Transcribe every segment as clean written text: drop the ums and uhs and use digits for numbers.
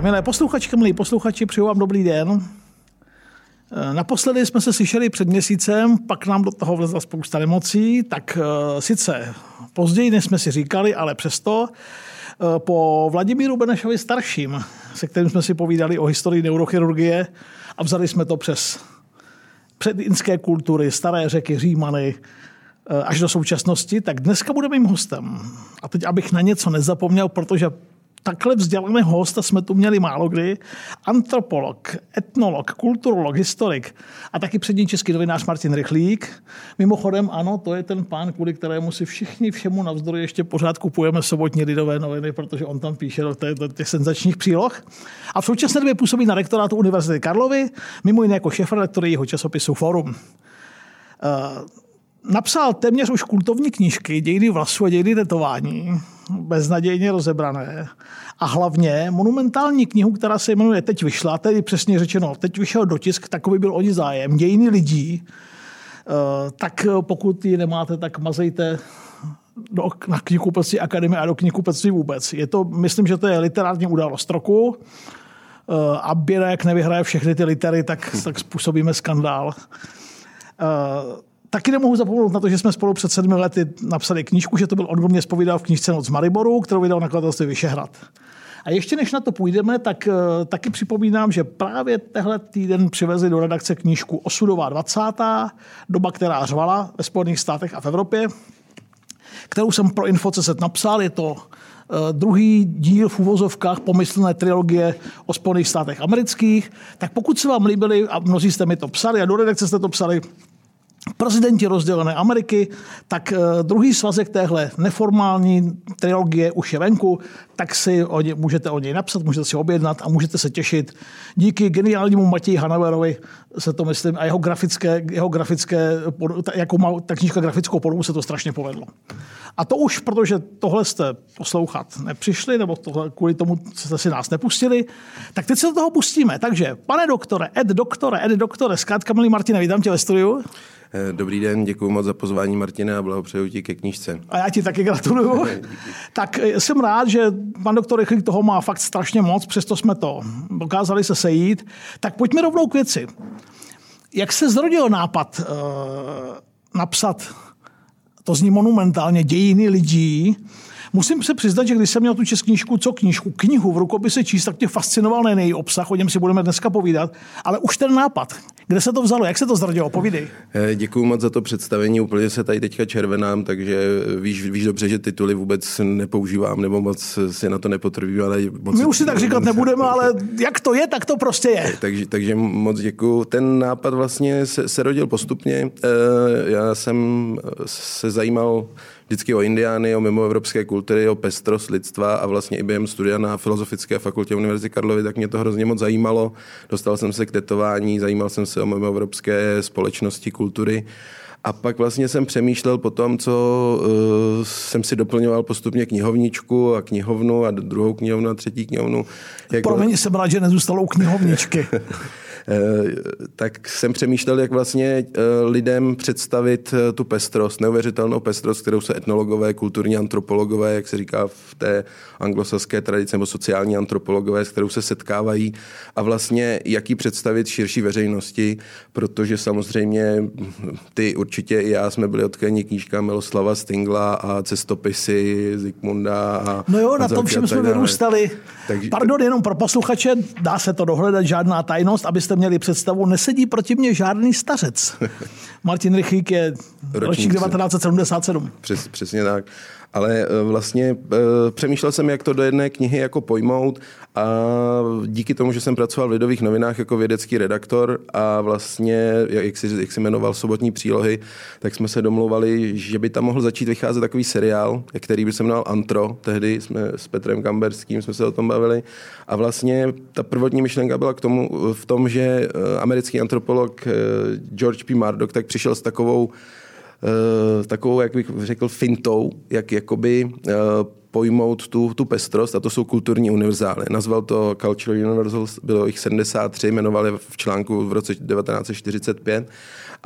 Milé posluchačky, milí posluchači, přeju vám dobrý den. Naposledy jsme se slyšeli před měsícem, pak nám do toho vlezla spousta emocí, tak sice později, než jsme si říkali, ale přesto po Vladimíru Benešovi starším, se kterým jsme si povídali o historii neurochirurgie a vzali jsme to přes předinské kultury, staré řeky, Římany, až do současnosti, tak dneska bude mým hostem. A teď, abych na něco nezapomněl, protože takhle vzdělaný hosta jsme tu měli málo kdy. Antropolog, etnolog, kulturolog, historik a taky přední český novinář Martin Rychlík. Mimochodem, ano, to je ten pán, kvůli kterému si všichni všemu navzdory ještě pořád kupujeme sobotní Lidové noviny, protože on tam píše do těch senzačních příloh. A v současné době působí na rektorátu Univerzity Karlovy, mimo jiné jako šéfredaktor jeho časopisu Forum. Napsal téměř už kultovní knížky, dějiny vlasu a dějiny tetování, beznadějně rozebrané. A hlavně monumentální knihu, která se jmenuje Teď vyšla, tedy přesně řečeno, teď vyšel dotisk, takový byl o ní zájem, Dějiny lidí. Tak pokud ji nemáte, tak mazejte na knihkupectví Akademie a do knihkupectví vůbec. Je to, myslím, že to je literární událost roku. A Běra, jak nevyhraje všechny ty litery, tak způsobíme skandál. Taky nemohu zapomenout na to, že jsme spolu před 7 lety napsali knížku, že to byl odborně zpovídal v knížce Noc z Mariboru, kterou vydal nakladatelství Vyšehrad. A ještě než na to půjdeme, tak taky připomínám, že právě tehle týden přivezli do redakce knížku Osudová 20. doba, která řvala ve Spojených státech a v Evropě, kterou jsem pro Info.cz napsal. Je to druhý díl v uvozovkách pomyslné trilogie o Spojených státech amerických. Tak pokud se vám líbily, a mnozí jste mi to psali a do redakce jste to psali, Prezidenti rozdělené Ameriky, tak druhý svazek téhle neformální trilogie už je venku, tak si můžete o něj napsat, můžete si objednat a můžete se těšit. Díky geniálnímu Matěji Hanaverovi se to myslím a jeho grafické jako má ta knížka grafickou podobu se to strašně povedlo. A to už, protože tohle jste poslouchat nepřišli, nebo tohle, kvůli tomu jste si nás nepustili, tak teď se do toho pustíme. Takže, pane doktore, zkrátka milý Martine, vítám tě ve studiu. Dobrý den, děkuji moc za pozvání, Martine, a blahopřeju ti ke knížce. A já ti taky gratuluju. Tak jsem rád, že pan doktor Rychlík toho má fakt strašně moc, přesto jsme to dokázali se sejít. Tak pojďme rovnou k věci. Jak se zrodil nápad napsat, to zní monumentálně, Dějiny lidí? Musím se přiznat, že když jsem měl tu knihu v rukopise číst, tak mě fascinoval nejen její obsah, o něm si budeme dneska povídat, ale už ten nápad. Kde se to vzalo? Jak se to zrodilo? Povídej. Děkuju moc za to představení, úplně se tady teďka červenám, takže víš dobře, že tituly vůbec nepoužívám, nebo moc si na to nepotrvím, ale moc... My už si tak říkat nebudeme, ale jak to je, tak to prostě je. Takže moc děkuju. Ten nápad vlastně se rodil postupně. Já jsem se zajímal vždycky o indiány, o mimoevropské kultury, o pestrost lidstva a vlastně i během studia na Filozofické fakultě Univerzity Karlovy, tak mě to hrozně moc zajímalo. Dostal jsem se k tetování, zajímal jsem se o mimoevropské společnosti, kultury. A pak vlastně jsem přemýšlel po tom, co jsem si doplňoval postupně knihovničku a knihovnu a druhou knihovnu a třetí knihovnu. Promiň, jsem rád, že nezůstalo u knihovničky. Tak jsem přemýšlel, jak vlastně lidem představit tu pestrost, neuvěřitelnou pestrost, kterou se etnologové, kulturní antropologové, jak se říká v té anglosaské tradici, nebo sociální antropologové, s kterou se setkávají, a vlastně jak ji představit širší veřejnosti, protože samozřejmě ty určitě i já jsme byli odkryni knížkám Miloslava Stingla a cestopisy Zikmunda a... No jo, na tom všem jsme vyrůstali. Pardon, jenom pro posluchače, dá se to dohledat, žádná tajnost, abyste měli představu, nesedí proti mně žádný stařec. Martin Rychlík je ročník 1977. Přesně tak. Ale vlastně přemýšlel jsem, jak to do jedné knihy jako pojmout, a díky tomu, že jsem pracoval v Lidových novinách jako vědecký redaktor a vlastně, jak si jmenoval sobotní přílohy, tak jsme se domlouvali, že by tam mohl začít vycházet takový seriál, který by se jmenoval Antro. Tehdy jsme s Petrem Kamberským jsme se o tom bavili. A vlastně ta prvotní myšlenka byla v tom, že americký antropolog George P. Murdoch tak přišel s takovou, jak bych řekl, fintou, jak jakoby pojmout tu pestrost, a to jsou kulturní univerzály. Nazval to Cultural Universals, bylo jich 73, jmenovali v článku v roce 1945.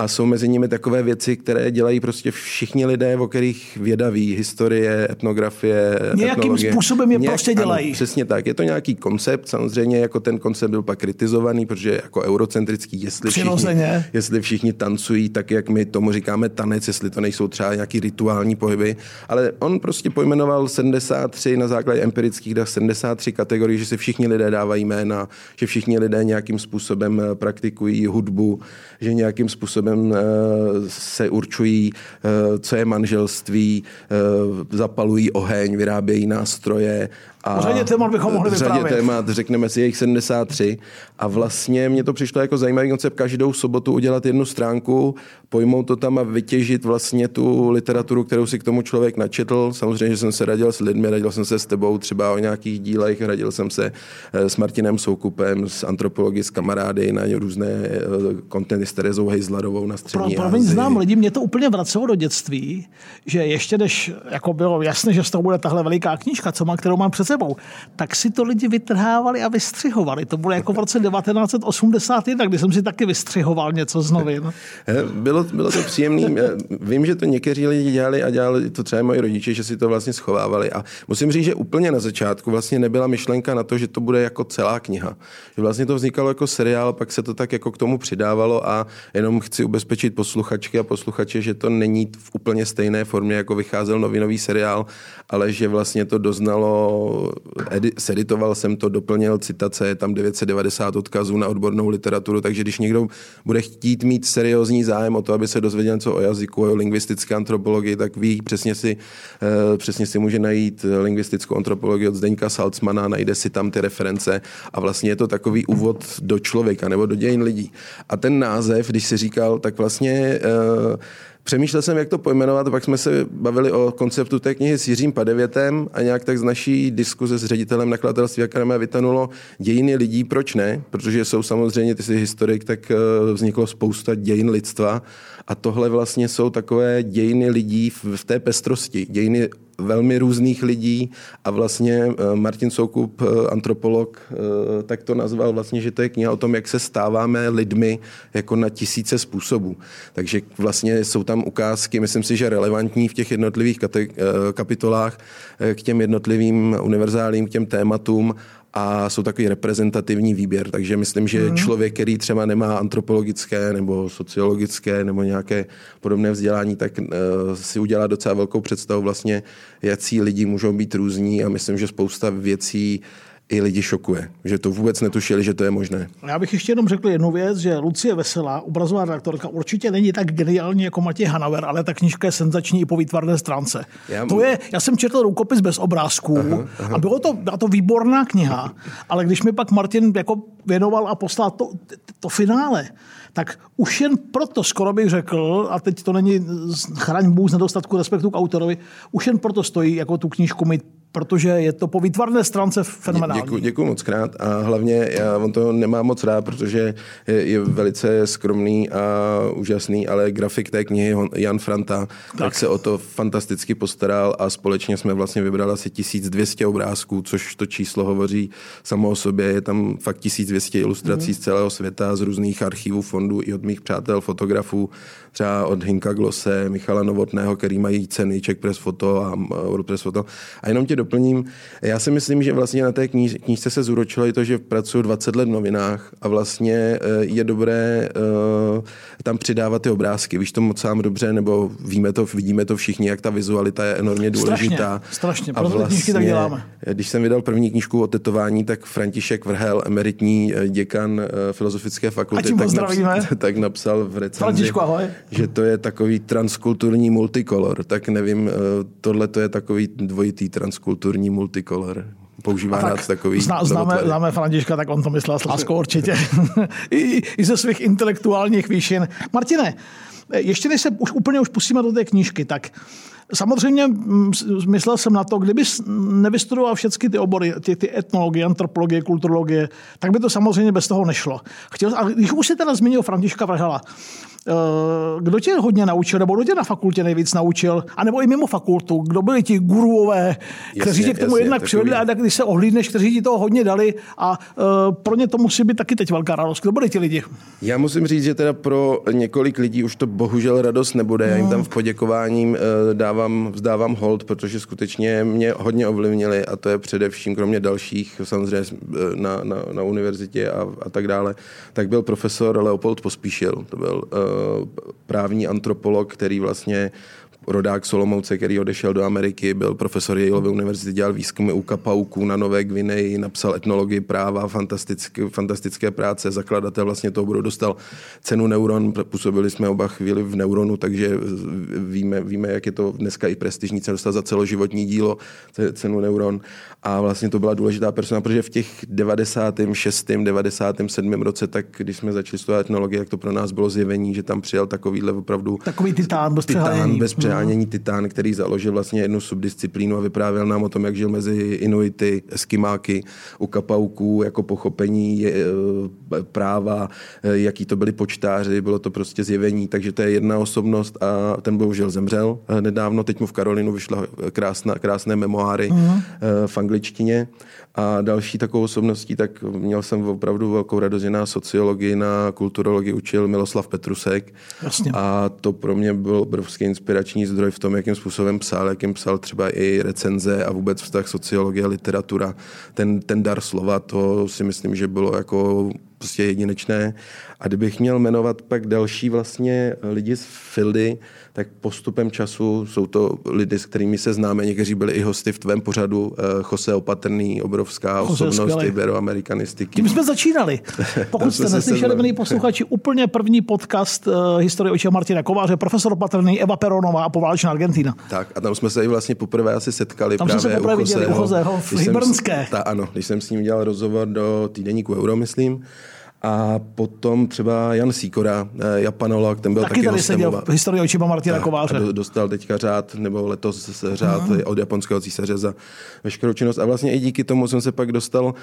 a jsou mezi nimi takové věci, které dělají prostě všichni lidé, o kterých vědaví, historie, etnografie, nějakým způsobem je prostě dělají. Ano, přesně tak. Je to nějaký koncept, samozřejmě jako ten koncept byl pak kritizovaný, protože jako eurocentrický, jestli všichni tancují tak, jak my tomu říkáme tanec, jestli to nejsou třeba nějaký rituální pohyby, ale on prostě pojmenoval 73 na základě empirických dat 73 kategorií, že si všichni lidé dávají jména, že všichni lidé nějakým způsobem praktikují hudbu, že nějakým způsobem se určují, co je manželství, zapalují oheň, vyrábějí nástroje. A řadě témat bychom mohli vyprávět. Řadě témat, řekneme si jejich 73. A vlastně mně to přišlo jako zajímavý koncept každou sobotu udělat jednu stránku, pojmout to tam a vytěžit vlastně tu literaturu, kterou si k tomu člověk načetl. Samozřejmě, že jsem se radil s lidmi, radil jsem se s tebou třeba o nějakých dílech, radil jsem se s Martinem Soukupem, s antropology, s kamarády na různé kontenty s Terezou Hejzlarovou na střední Asii. Znám lidi, mě to úplně vracelo do dětství, že ještě než jako bylo jasné, že z toho bude tahle veliká knížka, kterou mám před sebou, tak si to lidi vytrhávali a vystřihovali. To bylo jako v roce 1981, kdy jsem si taky vystřihoval něco z novin. Bylo to příjemný. Vím, že to někteří lidi dělali a dělali to třeba moji rodiče, že si to vlastně schovávali. A musím říct, že úplně na začátku vlastně nebyla myšlenka na to, že to bude jako celá kniha. Že vlastně to vznikalo jako seriál, pak se to tak jako k tomu přidávalo a jenom chci ubezpečit posluchačky a posluchače, že to není v úplně stejné formě, jako vycházel novinový seriál, ale že vlastně to doznalo, seditoval jsem to, doplnil citace, je tam 990 odkazů na odbornou literaturu, takže když někdo bude chtít mít seriózní zájem o to, aby se dozvěděl něco o jazyku, o lingvistické antropologii, tak ví, přesně si může najít lingvistickou antropologii od Zdeňka Salcmana, najde si tam ty reference a vlastně je to takový úvod do člověka nebo do dějin lidí. A ten název, když si říkal, tak vlastně přemýšlel jsem, jak to pojmenovat, a pak jsme se bavili o konceptu té knihy s Jiřím Padevětem a nějak tak z naší diskuze s ředitelem nakladatelství Akademie vytanulo dějiny lidí, proč ne? Protože jsou samozřejmě, ty jsi historik, tak vzniklo spousta dějin lidstva a tohle vlastně jsou takové dějiny lidí v té pestrosti, dějiny velmi různých lidí a vlastně Martin Soukup, antropolog, tak to nazval vlastně, že to je kniha o tom, jak se stáváme lidmi jako na tisíce způsobů. Takže vlastně jsou tam ukázky, myslím si, že relevantní v těch jednotlivých kapitolách k těm jednotlivým univerzálním, k těm tématům a jsou takový reprezentativní výběr. Takže myslím, že člověk, který třeba nemá antropologické nebo sociologické nebo nějaké podobné vzdělání, tak si udělá docela velkou představu vlastně, jací lidi můžou být různí a myslím, že spousta věcí i lidi šokuje, že to vůbec netušili, že to je možné. Já bych ještě jenom řekl jednu věc, že Lucie Veselá, obrazová redaktorka, určitě není tak geniální jako Matěj Hanaver, ale ta knížka je senzační i po výtvarné stránce. Já jsem četl rukopis bez obrázků a byla to výborná kniha, ale když mi pak Martin jako věnoval a poslal to finále, tak už jen proto, skoro bych řekl, a teď to není chraň Bůh z nedostatku respektu k autorovi, už jen proto stojí jako tu knížku mít, protože je to po výtvarné stránce fenomenální. Děkuji moc krát a hlavně on to nemá moc rád, protože je velice skromný a úžasný, ale grafik té knihy Jan Franta, tak se o to fantasticky postaral a společně jsme vlastně vybrali asi 1200 obrázků, což to číslo hovoří samo o sobě. Je tam fakt 1200 ilustrací z celého světa, z různých archivů fondů i od mých přátel fotografů, třeba od Hinka Glose, Michala Novotného, který mají ceny Czech Press Photo a Europress Photo. A jenom tě doplním, já si myslím, že vlastně na té knížce se zúročilo i to, že pracuji 20 let v novinách a vlastně je dobré tam přidávat ty obrázky. Víš to moc sám dobře, nebo vidíme to všichni, jak ta vizualita je enormně důležitá. Strašně. A vlastně, tak děláme. Když jsem vydal první knížku o tetování, tak František Vrhel, emeritní děkan Filozofické fakulty, tak napsal v recenzi, že to je takový transkulturní multikolor. Tak nevím, tohle to je takový dvojitý transkulturní multikolor. Používá rád takový... Známe Františka, tak on to myslel s láskou určitě. I ze svých intelektuálních výšin. Martine, ještě než se už pustíme do té knížky, tak Samozřejmě myslel jsem na to, kdyby nevystudoval všechny ty obory, ty etnologie, antropologie, kulturologie, tak by to samozřejmě bez toho nešlo. A když už si teda zmínil Františka Vrhala, kdo tě hodně naučil, nebo kdo tě na fakultě nejvíc naučil, anebo i mimo fakultu, kdo byli ti guruové, kteří tě k tomu jednak přivedli, a když se ohlídneš, kteří ti toho hodně dali a pro ně to musí být taky teď velká radost. Kdo byli ti lidi? Já musím říct, že teda pro několik lidí už to bohužel radost nebude. Já jim tam v poděkováním vzdávám hold, protože skutečně mě hodně ovlivnili a to je především, kromě dalších, samozřejmě na univerzitě a tak dále, tak byl profesor Leopold Pospíšil. To byl právní antropolog, který vlastně rodák Solomouce, který odešel do Ameriky, byl profesor Yaleovy univerzity, dělal výzkumy u kapauků na Nové Gvineji, napsal etnologii práva, fantastické práce, zakladatel vlastně toho oboru, dostal cenu Neuron, působili jsme oba chvíli v Neuronu, takže víme, jak je to dneska i prestižní cena, dostal za celoživotní dílo cenu Neuron a vlastně to byla důležitá persona, protože v těch 96., 97. roce, tak když jsme začali studovat etnologii, tak to pro nás bylo zjevení, že tam přijel takovýhle opravdu takový titán bez přehánění titán, který založil vlastně jednu subdisciplínu a vyprávěl nám o tom, jak žil mezi Inuity, Eskimáky, u kapauků, jako pochopení práva, jaký to byli počtáři, bylo to prostě zjevení, takže to je jedna osobnost a ten bohužel zemřel nedávno, teď mu v Karolinu vyšla krásné memoáry v angličtině a další takovou osobností, tak měl jsem opravdu velkou radost, že na sociologii, na kulturologii učil Miloslav Petrusek. Jasně. A to pro mě byl obrovský inspirační zdroj v tom, jakým způsobem psal, jakým psal třeba i recenze a vůbec vztah sociologie a literatura. Ten dar slova, to si myslím, že bylo jako prostě jedinečné. A kdybych měl jmenovat pak další vlastně lidi z Fildy, tak postupem času jsou to lidi, s kterými se známe. Někteří byli i hosty v tvém pořadu. Jose Opatrný, obrovská osobnost iberoamerikanistiky. Tím jsme začínali. Pokud jste neslyšeli, milí posluchači, úplně první podcast Historie očima Martina Kováře, profesor Opatrný, Eva Peronová a poválečná Argentina. Tak a tam jsme se i vlastně poprvé asi setkali. Tam jsme se poprvé viděli u Joseho v Hybernské. Ano, když jsem s ním dělal rozhovor do týdeníku Euro, myslím. A potom třeba Jan Sýkora, japanolog, ten byl taky tady seděl v Historii očima Martina Kováře. Dostal teďka řád, nebo letos řád od japonského císaře za veškerou činnost. A vlastně i díky tomu jsem se pak dostal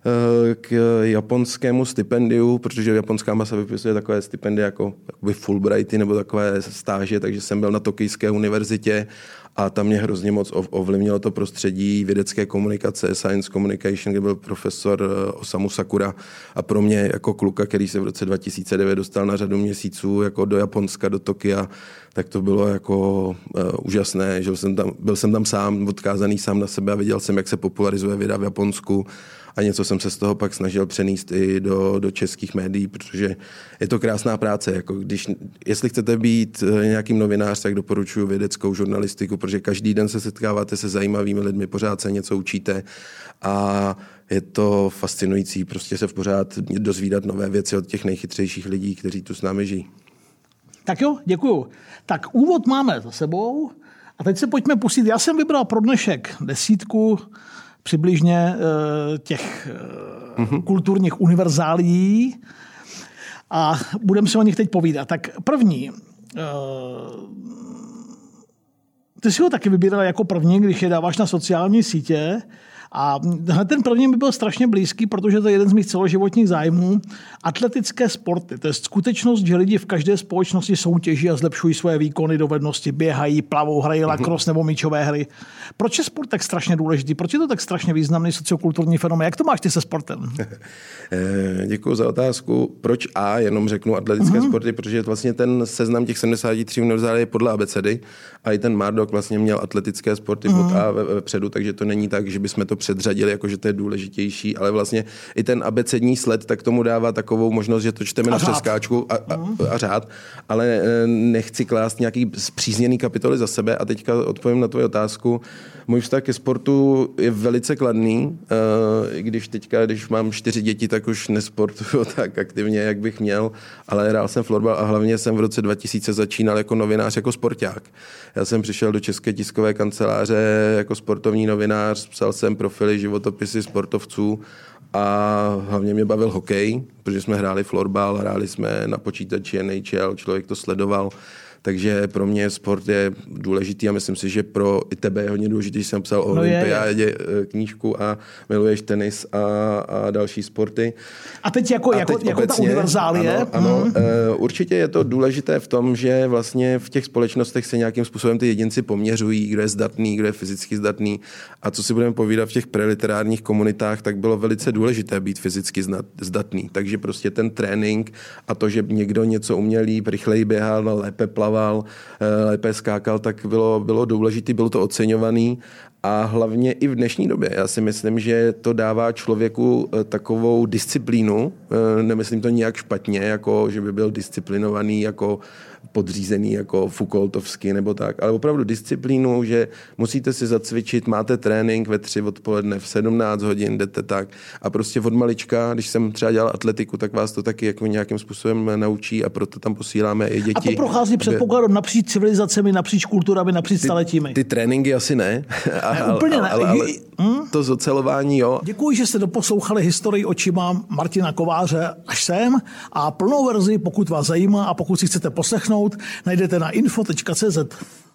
k japonskému stipendiu, protože japonská masa vypisuje takové stipendia jako Fulbrighty nebo takové stáže, takže jsem byl na Tokijské univerzitě a tam mě hrozně moc ovlivnilo to prostředí vědecké komunikace, science communication, kde byl profesor Osamu Sakura a pro mě jako kluka, který se v roce 2009 dostal na řadu měsíců jako do Japonska, do Tokia, tak to bylo jako úžasné, že byl jsem tam sám, odkázaný sám na sebe a viděl jsem, jak se popularizuje věda v Japonsku. A něco jsem se z toho pak snažil přenést i do českých médií, protože je to krásná práce. Jako jestli chcete být nějakým novinář, tak doporučuji vědeckou žurnalistiku, protože každý den se setkáváte se zajímavými lidmi, pořád se něco učíte a je to fascinující prostě se pořád dozvídat nové věci od těch nejchytřejších lidí, kteří tu s námi žijí. Tak jo, děkuju. Tak úvod máme za sebou a teď se pojďme pustit. Já jsem vybral pro dnešek 10 přibližně těch kulturních univerzálií a budeme si o nich teď povídat. Tak první, ty si ho taky vybíral jako první, když je dáváš na sociální sítě a ten první by byl strašně blízký, protože to je jeden z mých celoživotních zájmů. Atletické sporty, to je skutečnost, že lidi v každé společnosti soutěží a zlepšují svoje výkony, dovednosti, běhají, plavou, hrají lacrosse nebo míčové hry. Proč je sport tak strašně důležitý? Proč je to tak strašně významný sociokulturní fenomén? Jak to máš ty se sportem? Děkuji za otázku. Proč jenom řeknu atletické sporty, protože vlastně ten seznam těch 73 univerzálí je podle abecedy a i ten Murdoch vlastně měl atletické sporty pod A vepředu, takže to není tak, že bychom to předřadili, jakože to je důležitější, ale vlastně i ten abecední sled tak tomu dává takovou možnost, že to čteme na přeskáčku a řád, ale nechci klást nějaký zpřízněný kapitoly za sebe a teďka odpovím na tvoji otázku. Můj vztah ke sportu je velice kladný, i když mám 4 děti, tak už nesportuju tak aktivně, jak bych měl, ale hrál jsem florbal a hlavně jsem v roce 2000 začínal jako novinář, jako sporták. Já jsem přišel do České tiskové kanceláře jako sportovní novinář, psal jsem profily, životopisy sportovců a hlavně mě bavil hokej, protože jsme hráli florbal, hráli jsme na počítači NHL, člověk to sledoval. takže pro mě sport je důležitý a myslím si, že pro i tebe je hodně důležitý, že jsem psal o olympiádě knížku a miluješ tenis a další sporty. A teď jako ta univerzálie. Ano, určitě je to důležité v tom, že vlastně v těch společnostech se nějakým způsobem ty jedinci poměřují, kdo je zdatný, kdo je fyzicky zdatný. A co si budeme povídat v těch preliterárních komunitách, tak bylo velice důležité být fyzicky zdatný. Takže prostě ten trénink a to, že někdo něco uměl líp, rychleji běhal, lépe plaval, lépe skákal, tak bylo důležité, bylo to oceňovaný. A hlavně i v dnešní době. Já si myslím, že to dává člověku takovou disciplínu. Nemyslím to nijak špatně, jako že by byl disciplinovaný, jako podřízený, jako Foucaultovský nebo tak, ale opravdu disciplínu, že musíte si zacvičit, máte trénink ve 3 odpoledne, v 17 hodin jdete tak a prostě od malička, když jsem třeba dělal atletiku, tak vás to taky jako nějakým způsobem naučí a proto tam posíláme i děti. A to prochází předpokladem napříč civilizacemi, napříč kulturami, napříč staletími. Ty tréninky asi ne. Úplně ne. Ale to zocelování, jo. Děkuji, že jste doposlouchali historii očima Martina Kováře až sem a plnou verzi, pokud vás zajímá a pokud si chcete poslechnout, najdete na info.cz.